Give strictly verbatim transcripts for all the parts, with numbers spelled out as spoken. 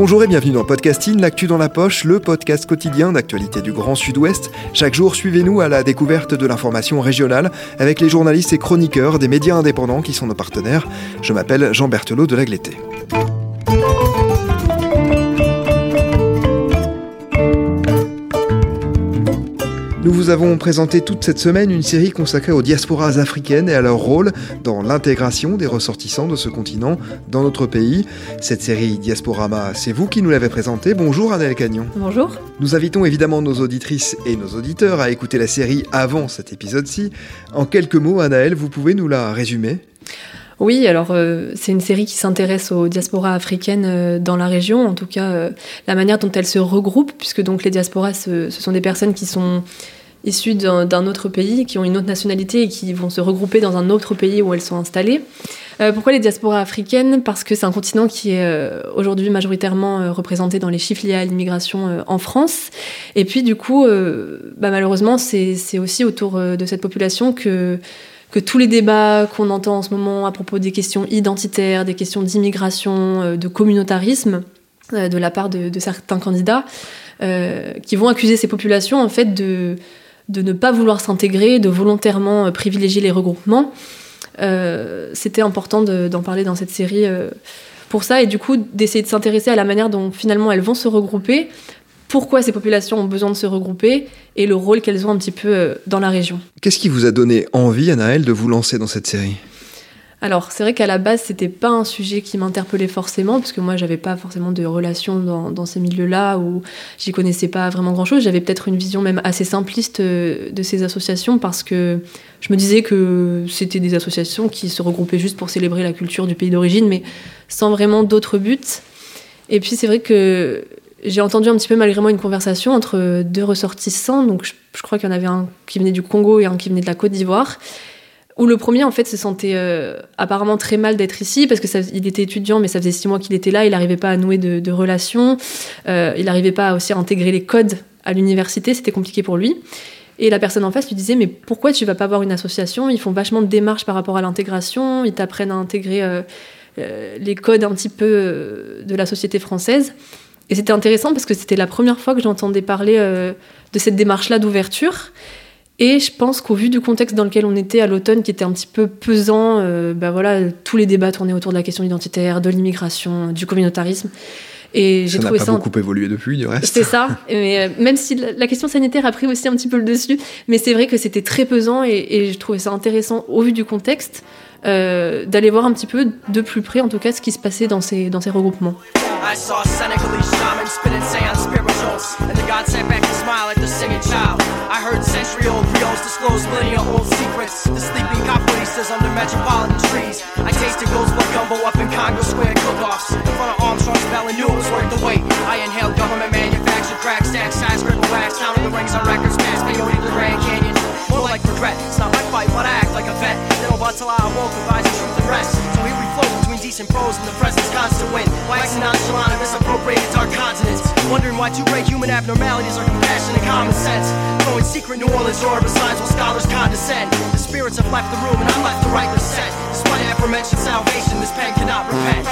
Bonjour et bienvenue dans Podcasting, l'actu dans la poche, le podcast quotidien d'actualité du Grand Sud-Ouest. Chaque jour, suivez-nous à la découverte de l'information régionale avec les journalistes et chroniqueurs des médias indépendants qui sont nos partenaires. Je m'appelle Jean Berthelot de Lagleté. Nous vous avons présenté toute cette semaine une série consacrée aux diasporas africaines et à leur rôle dans l'intégration des ressortissants de ce continent dans notre pays. Cette série Diasporama, c'est vous qui nous l'avez présentée. Bonjour Anaëlle Cagnon. Bonjour. Nous invitons évidemment nos auditrices et nos auditeurs à écouter la série avant cet épisode-ci. En quelques mots, Anaëlle, vous pouvez nous la résumer ? Oui, alors euh, c'est une série qui s'intéresse aux diasporas africaines euh, dans la région, en tout cas euh, la manière dont elles se regroupent, puisque donc les diasporas, ce, ce sont des personnes qui sont issues d'un, d'un autre pays, qui ont une autre nationalité et qui vont se regrouper dans un autre pays où elles sont installées. Euh, pourquoi les diasporas africaines ? Parce que c'est un continent qui est euh, aujourd'hui majoritairement euh, représenté dans les chiffres liés à l'immigration euh, en France. Et puis du coup, euh, bah, malheureusement, c'est, c'est aussi autour euh, de cette population que... que tous les débats qu'on entend en ce moment à propos des questions identitaires, des questions d'immigration, de communautarisme, de la part de, de certains candidats, euh, qui vont accuser ces populations en fait de, de ne pas vouloir s'intégrer, de volontairement privilégier les regroupements. Euh, c'était important de, d'en parler dans cette série euh, pour ça, et du coup d'essayer de s'intéresser à la manière dont finalement elles vont se regrouper, pourquoi ces populations ont besoin de se regrouper et le rôle qu'elles ont un petit peu dans la région. Qu'est-ce qui vous a donné envie, Anaëlle, de vous lancer dans cette série ? Alors, c'est vrai qu'à la base, c'était pas un sujet qui m'interpellait forcément, parce que moi, j'avais pas forcément de relations dans, dans ces milieux-là, où j'y connaissais pas vraiment grand-chose. J'avais peut-être une vision même assez simpliste de ces associations, parce que je me disais que c'était des associations qui se regroupaient juste pour célébrer la culture du pays d'origine, mais sans vraiment d'autres buts. Et puis, c'est vrai que j'ai entendu un petit peu malgré moi une conversation entre deux ressortissants, donc je, je crois qu'il y en avait un qui venait du Congo et un qui venait de la Côte d'Ivoire, où le premier en fait se sentait euh, apparemment très mal d'être ici, parce que ça, il était étudiant, mais ça faisait six mois qu'il était là, il n'arrivait pas à nouer de, de relations, euh, il n'arrivait pas aussi à intégrer les codes à l'université, c'était compliqué pour lui. Et la personne en face lui disait « Mais pourquoi tu ne vas pas voir une association ? Ils font vachement de démarches par rapport à l'intégration, ils t'apprennent à intégrer euh, euh, les codes un petit peu euh, de la société française. » Et c'était intéressant parce que c'était la première fois que j'entendais parler euh, de cette démarche-là d'ouverture. Et je pense qu'au vu du contexte dans lequel on était à l'automne, qui était un petit peu pesant, euh, bah voilà, tous les débats tournaient autour de la question identitaire, de l'immigration, du communautarisme. Et j'ai ça trouvé n'a pas ça beaucoup évolué depuis, du reste. C'est ça. Mais, euh, même si la, la question sanitaire a pris aussi un petit peu le dessus, mais c'est vrai que c'était très pesant et, et je trouvais ça intéressant au vu du contexte euh, d'aller voir un petit peu de plus près, en tout cas, ce qui se passait dans ces, dans ces regroupements. I saw Senegalese shamans spitting seance spirituals, and the god sat back and smiled at the singing child. I heard century-old griots disclose millennial-old secrets, the sleeping capoeiristas under metropolitan trees. I tasted Ghostblood gumbo up in Congo Square cook-offs, in front of Armstrong's Bell and knew it was worth the wait. I inhaled government-manufactured crack stack, skyscraper wax, counted the rings on records, past peyote to the Grand Canyon. More like regret, it's not my fight, but I act like a vet. Little but till I awoke, advising truth and rest. So here we float between decent prose and the present's constant wind. Waxing nonchalant and misappropriated dark continents. Wondering why two great human abnormalities are compassion and common sense. Throwing secret New Orleans or besides while scholars condescend. The spirits have left the room and I'm left to write the set. Despite aforementioned salvation, this pen cannot repent.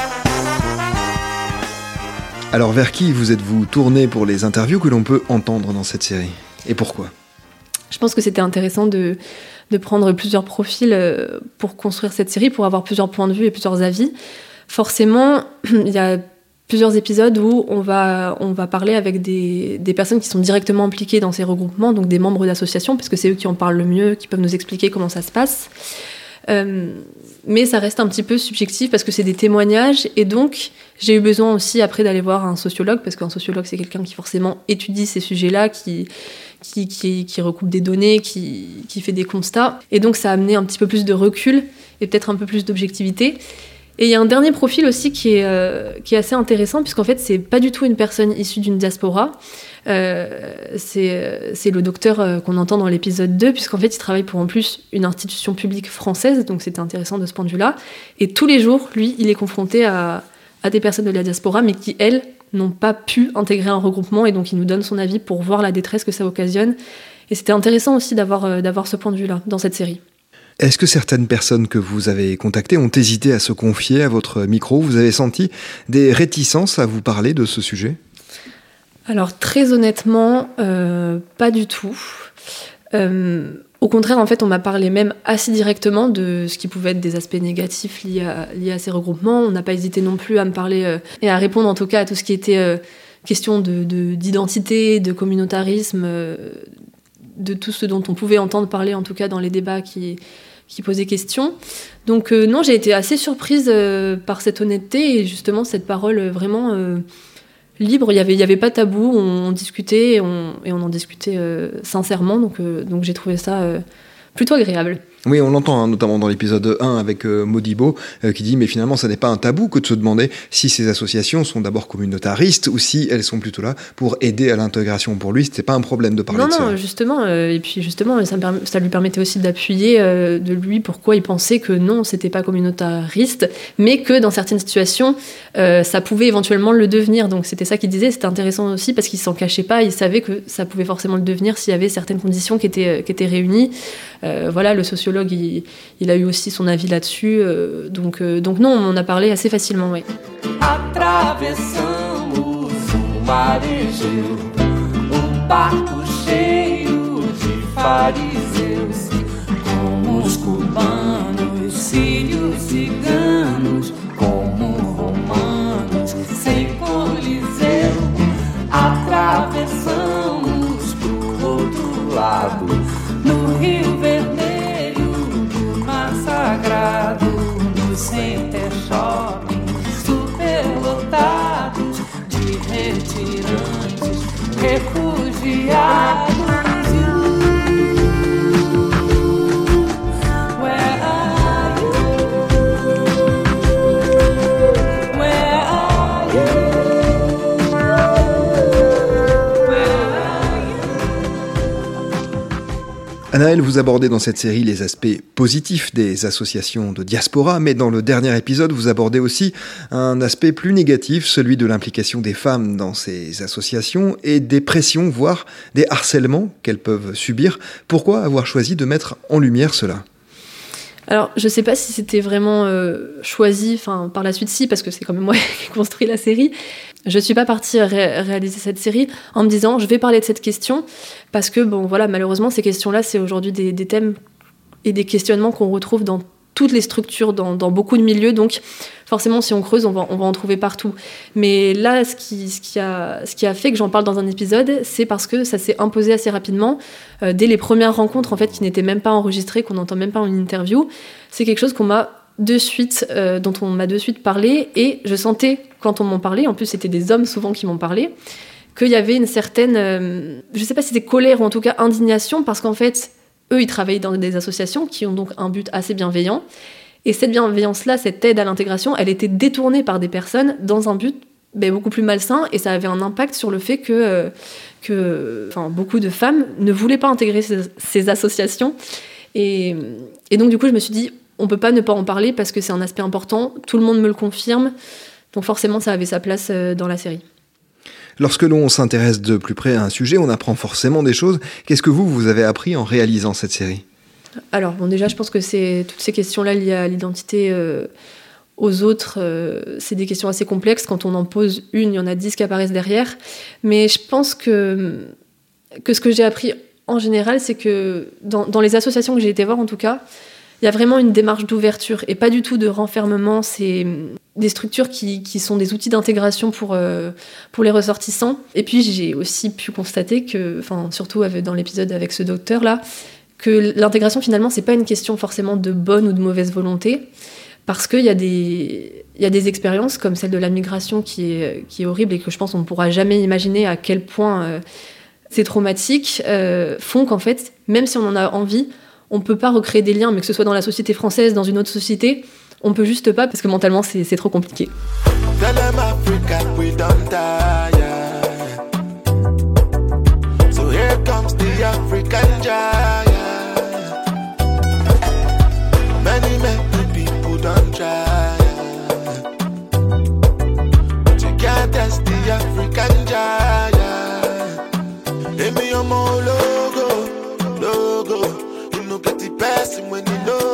Alors vers qui vous êtes-vous tourné pour les interviews que l'on peut entendre dans cette série ? Et pourquoi ? Je pense que c'était intéressant de, de prendre plusieurs profils pour construire cette série, pour avoir plusieurs points de vue et plusieurs avis. Forcément, il y a plusieurs épisodes où on va, on va parler avec des, des personnes qui sont directement impliquées dans ces regroupements, donc des membres d'associations, parce que c'est eux qui en parlent le mieux, qui peuvent nous expliquer comment ça se passe. Euh, mais ça reste un petit peu subjectif parce que c'est des témoignages, et donc j'ai eu besoin aussi après d'aller voir un sociologue, parce qu'un sociologue c'est quelqu'un qui forcément étudie ces sujets-là, qui, qui, qui, qui recoupe des données, qui, qui fait des constats, et donc ça a amené un petit peu plus de recul et peut-être un peu plus d'objectivité. Et il y a un dernier profil aussi qui est, euh, qui est assez intéressant, puisqu'en fait c'est pas du tout une personne issue d'une diaspora. Euh, c'est, c'est le docteur euh, qu'on entend dans l'épisode deux, puisqu'en fait il travaille pour en plus une institution publique française, donc c'était intéressant de ce point de vue-là. Et tous les jours, lui, il est confronté à, à des personnes de la diaspora, mais qui, elles, n'ont pas pu intégrer un regroupement, et donc il nous donne son avis pour voir la détresse que ça occasionne. Et c'était intéressant aussi d'avoir, euh, d'avoir ce point de vue-là dans cette série. Est-ce que certaines personnes que vous avez contactées ont hésité à se confier à votre micro ? Vous avez senti des réticences à vous parler de ce sujet ? Alors très honnêtement, euh, pas du tout. Euh, au contraire, en fait, on m'a parlé même assez directement de ce qui pouvait être des aspects négatifs liés à, liés à ces regroupements. On n'a pas hésité non plus à me parler euh, et à répondre en tout cas à tout ce qui était euh, question de, de, d'identité, de communautarisme, euh, de tout ce dont on pouvait entendre parler en tout cas dans les débats qui, qui posaient question. Donc euh, non, j'ai été assez surprise euh, par cette honnêteté et justement cette parole euh, vraiment... Euh, libre, il n'y avait, il y avait pas de tabou, on, on discutait et on, et on en discutait euh, sincèrement, donc, euh, donc j'ai trouvé ça euh, plutôt agréable. Oui, on l'entend hein, notamment dans l'épisode un avec euh, Modibo euh, qui dit mais finalement ça n'est pas un tabou que de se demander si ces associations sont d'abord communautaristes ou si elles sont plutôt là pour aider à l'intégration. Pour lui, c'était pas un problème de parler non, de ça. Non, justement, euh, et puis justement ça, me permet, ça lui permettait aussi d'appuyer euh, de lui pourquoi il pensait que non, c'était pas communautariste, mais que dans certaines situations, euh, ça pouvait éventuellement le devenir. Donc c'était ça qu'il disait, c'était intéressant aussi parce qu'il s'en cachait pas, il savait que ça pouvait forcément le devenir s'il y avait certaines conditions qui étaient, qui étaient réunies. Euh, voilà, le sociologue, il, il a eu aussi son avis là-dessus. Euh, donc, euh, donc non, on en a parlé assez facilement, oui. Atravessamos o marejeu, um barco cheio de fariseus, como os cubanos, sírios, ciganos, como romanos, sem coliseu. Atravessamos pro outro lado, no Rio Vermelho, do Mar Sagrado, no Center Shopping, superlotados de retirantes, refugiados. Anaëlle, vous abordez dans cette série les aspects positifs des associations de diaspora, mais dans le dernier épisode, vous abordez aussi un aspect plus négatif, celui de l'implication des femmes dans ces associations et des pressions, voire des harcèlements qu'elles peuvent subir. Pourquoi avoir choisi de mettre en lumière cela ? Alors, je sais pas si c'était vraiment euh, choisi, enfin, par la suite, si, parce que c'est quand même moi qui ai construit la série. Je suis pas partie ré- réaliser cette série en me disant, je vais parler de cette question, parce que, bon, voilà, malheureusement, ces questions-là, c'est aujourd'hui des, des thèmes et des questionnements qu'on retrouve dans toutes les structures, dans, dans beaucoup de milieux, donc forcément, si on creuse, on va, on va en trouver partout. Mais là, ce qui, ce, qui a, ce qui a fait que j'en parle dans un épisode, c'est parce que ça s'est imposé assez rapidement, euh, dès les premières rencontres, en fait, qui n'étaient même pas enregistrées, qu'on n'entend même pas en interview. C'est quelque chose qu'on m'a de suite, euh, dont on m'a de suite parlé, et je sentais, quand on m'en parlait, en plus c'était des hommes souvent qui m'en parlaient, qu'il y avait une certaine, euh, je sais pas si c'était colère ou en tout cas indignation, parce qu'en fait, eux, ils travaillent dans des associations qui ont donc un but assez bienveillant. Et cette bienveillance-là, cette aide à l'intégration, elle était détournée par des personnes dans un but ben, beaucoup plus malsain. Et ça avait un impact sur le fait que, euh, que enfin, beaucoup de femmes ne voulaient pas intégrer ces, ces associations. Et, et donc, du coup, je me suis dit, on ne peut pas ne pas en parler parce que c'est un aspect important. Tout le monde me le confirme. Donc forcément, ça avait sa place dans la série. Lorsque l'on s'intéresse de plus près à un sujet, on apprend forcément des choses. Qu'est-ce que vous, vous avez appris en réalisant cette série ? Alors, bon, déjà, je pense que c'est toutes ces questions-là liées à l'identité euh, aux autres, euh, c'est des questions assez complexes. Quand on en pose une, il y en a dix qui apparaissent derrière. Mais je pense que, que ce que j'ai appris en général, c'est que dans, dans les associations que j'ai été voir, en tout cas, il y a vraiment une démarche d'ouverture et pas du tout de renfermement. C'est des structures qui, qui sont des outils d'intégration pour, euh, pour les ressortissants. Et puis, j'ai aussi pu constater que, enfin, surtout dans l'épisode avec ce docteur-là, que l'intégration, finalement, c'est pas une question forcément de bonne ou de mauvaise volonté, parce qu'il y a des, il y a des expériences comme celle de la migration qui est, qui est horrible et que je pense qu'on ne pourra jamais imaginer à quel point euh, c'est traumatique, euh, font qu'en fait, même si on en a envie, on ne peut pas recréer des liens, mais que ce soit dans la société française, dans une autre société, on ne peut juste pas, parce que mentalement, c'est, c'est trop compliqué. Many, many people don't try, but you can't test the African giant. Give me your more logo, logo. You know get the best when you know.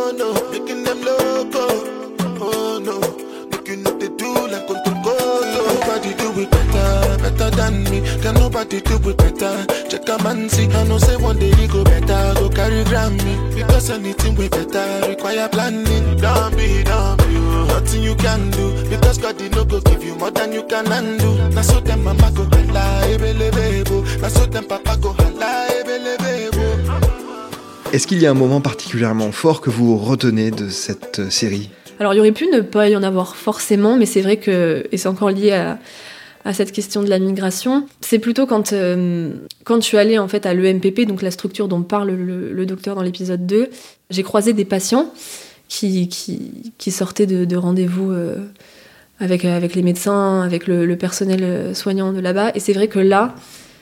Can nobody do it better? Check a man see, I know say one day he go better. Go carry Grammy, because anything way better require planning. Don't be, don't be, oh. Nothing you can do, because God did no go give you more than you can undo. Now so them mama go holla, ebelebebo. Now so them papa go holla, ebelebebo. Est-ce qu'il y a un moment particulièrement fort que vous retenez de cette série ? Alors, il y aurait pu ne pas y en avoir forcément, mais c'est vrai que, et c'est encore lié à, à cette question de la migration, c'est plutôt quand, euh, quand je suis allée en fait, à l'E M P P, donc la structure dont parle le, le docteur dans l'épisode deux, j'ai croisé des patients qui, qui, qui sortaient de, de rendez-vous euh, avec, avec les médecins, avec le, le personnel soignant de là-bas, et c'est vrai que là,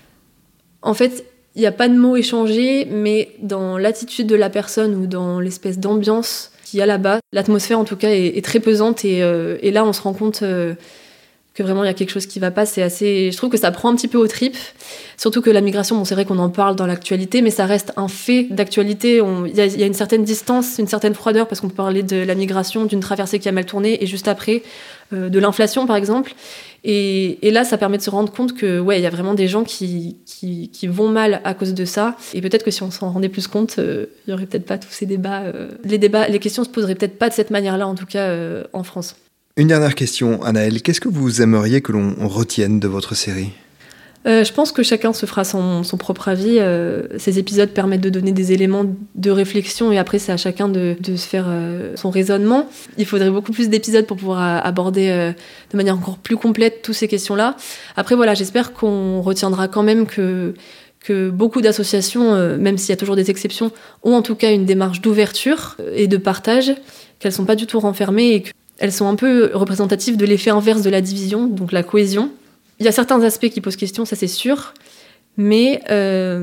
en fait, il n'y a pas de mots échangés, mais dans l'attitude de la personne ou dans l'espèce d'ambiance qu'il y a là-bas, l'atmosphère en tout cas est, est très pesante et, euh, et là on se rend compte euh, que vraiment il y a quelque chose qui ne va pas. C'est assez, je trouve que ça prend un petit peu aux tripes, surtout que la migration, bon, c'est vrai qu'on en parle dans l'actualité, mais ça reste un fait d'actualité. Il y, y a une certaine distance, une certaine froideur, parce qu'on peut parler de la migration, d'une traversée qui a mal tourné, et juste après, euh, de l'inflation par exemple. Et, et là, ça permet de se rendre compte que ouais, il y a vraiment des gens qui, qui, qui vont mal à cause de ça. Et peut-être que si on s'en rendait plus compte, euh, il y aurait peut-être pas tous ces débats. Euh, les débats, les questions se poseraient peut-être pas de cette manière-là, en tout cas euh, en France. Une dernière question, Anaëlle. Qu'est-ce que vous aimeriez que l'on retienne de votre série ? Euh, je pense que chacun se fera son, son propre avis. Euh, ces épisodes permettent de donner des éléments de réflexion et après c'est à chacun de, de se faire euh, son raisonnement. Il faudrait beaucoup plus d'épisodes pour pouvoir aborder euh, de manière encore plus complète toutes ces questions-là. Après voilà, j'espère qu'on retiendra quand même que, que beaucoup d'associations, euh, même s'il y a toujours des exceptions, ont en tout cas une démarche d'ouverture et de partage, qu'elles ne sont pas du tout renfermées et qu'elles sont un peu représentatives de l'effet inverse de la division, donc la cohésion. Il y a certains aspects qui posent question, ça c'est sûr, mais euh,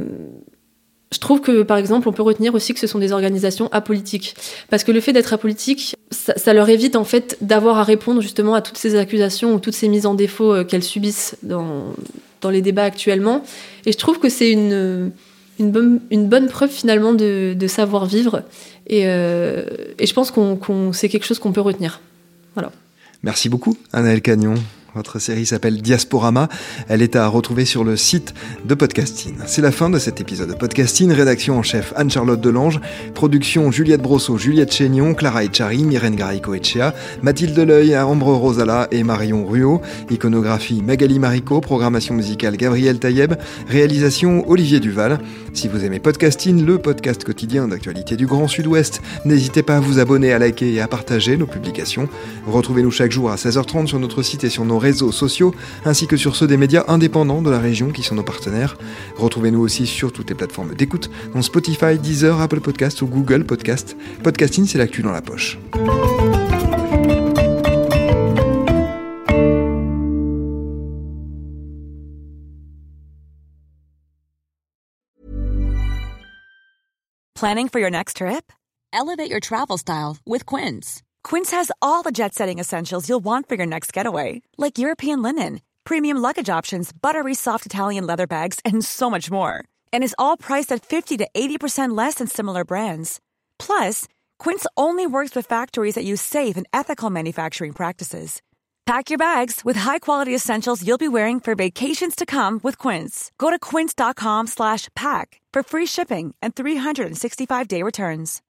je trouve que, par exemple, on peut retenir aussi que ce sont des organisations apolitiques. Parce que le fait d'être apolitique, ça, ça leur évite en fait d'avoir à répondre justement à toutes ces accusations ou toutes ces mises en défaut qu'elles subissent dans, dans les débats actuellement. Et je trouve que c'est une, une, bonne, une bonne preuve finalement de, de savoir-vivre. Et, euh, et je pense qu'on, qu'on, c'est quelque chose qu'on peut retenir. Voilà. Merci beaucoup, Anaëlle Cagnon. Votre série s'appelle Diasporama. Elle est à retrouver sur le site de Podcasting. C'est la fin de cet épisode de Podcasting. Rédaction en chef Anne-Charlotte Delange. Production Juliette Brosseau, Juliette Chénion, Clara Echari, Myrène Garico-Echea, Mathilde Leuil, Ambre Rosala et Marion Ruot. Iconographie Magali Marico. Programmation musicale Gabriel Taïeb. Réalisation Olivier Duval. Si vous aimez Podcasting, le podcast quotidien d'actualité du Grand Sud-Ouest, n'hésitez pas à vous abonner, à liker et à partager nos publications. Retrouvez-nous chaque jour à seize heures trente sur notre site et sur nos réseaux sociaux, ainsi que sur ceux des médias indépendants de la région qui sont nos partenaires. Retrouvez-nous aussi sur toutes les plateformes d'écoute, dont Spotify, Deezer, Apple Podcasts ou Google Podcasts. Podcasting, c'est l'actu dans la poche. Planning for your next trip? Elevate your travel style with Quince. Quince has all the jet-setting essentials you'll want for your next getaway, like European linen, premium luggage options, buttery soft Italian leather bags, and so much more. And is all priced at fifty to eighty percent less than similar brands. Plus, Quince only works with factories that use safe and ethical manufacturing practices. Pack your bags with high-quality essentials you'll be wearing for vacations to come with Quince. Go to quince.com slash pack for free shipping and three sixty-five day returns.